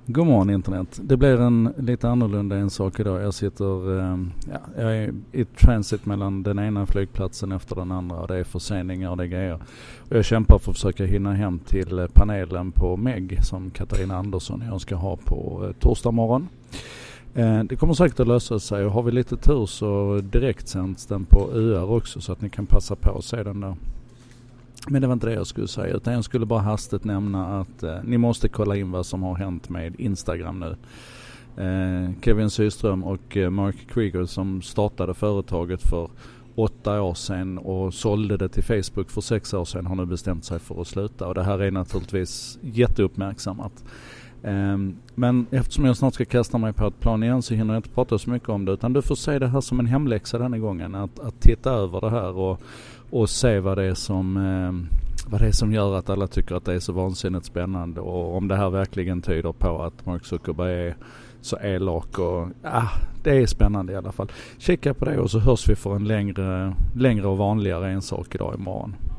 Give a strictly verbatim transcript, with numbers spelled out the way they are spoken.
God morgon internet. Det blir en lite annorlunda en sak idag. Jag sitter eh, ja, jag är i transit mellan den ena flygplatsen efter den andra och det är förseningar och det är grejer. Och jag kämpar för att försöka hinna hem till panelen på M E G som Katarina Andersson jag ska ha på eh, torsdag morgon. Eh, det kommer säkert att lösa sig och har vi lite tur så direkt sänds den på U R också så att ni kan passa på att se den där. Men det var inte det jag skulle säga utan jag skulle bara hastigt nämna att eh, ni måste kolla in vad som har hänt med Instagram nu. Eh, Kevin Syström och eh, Mark Krieger som startade företaget för åtta år sedan och sålde det till Facebook för sex år sedan har nu bestämt sig för att sluta. Och det här är naturligtvis jätteuppmärksammat. Eh, men eftersom jag snart ska kasta mig på ett plan igen så hinner jag inte prata så mycket om det utan du får se det här som en hemläxa denna gången. Att, att titta över det här och och se vad det är som eh, vad det är som gör att alla tycker att det är så vansinnigt spännande och om det här verkligen tyder på att Mark Zuckerberg är så elak och ah, det är spännande i alla fall. Kika på det och så hörs vi för en längre längre och vanligare en sak idag imorgon.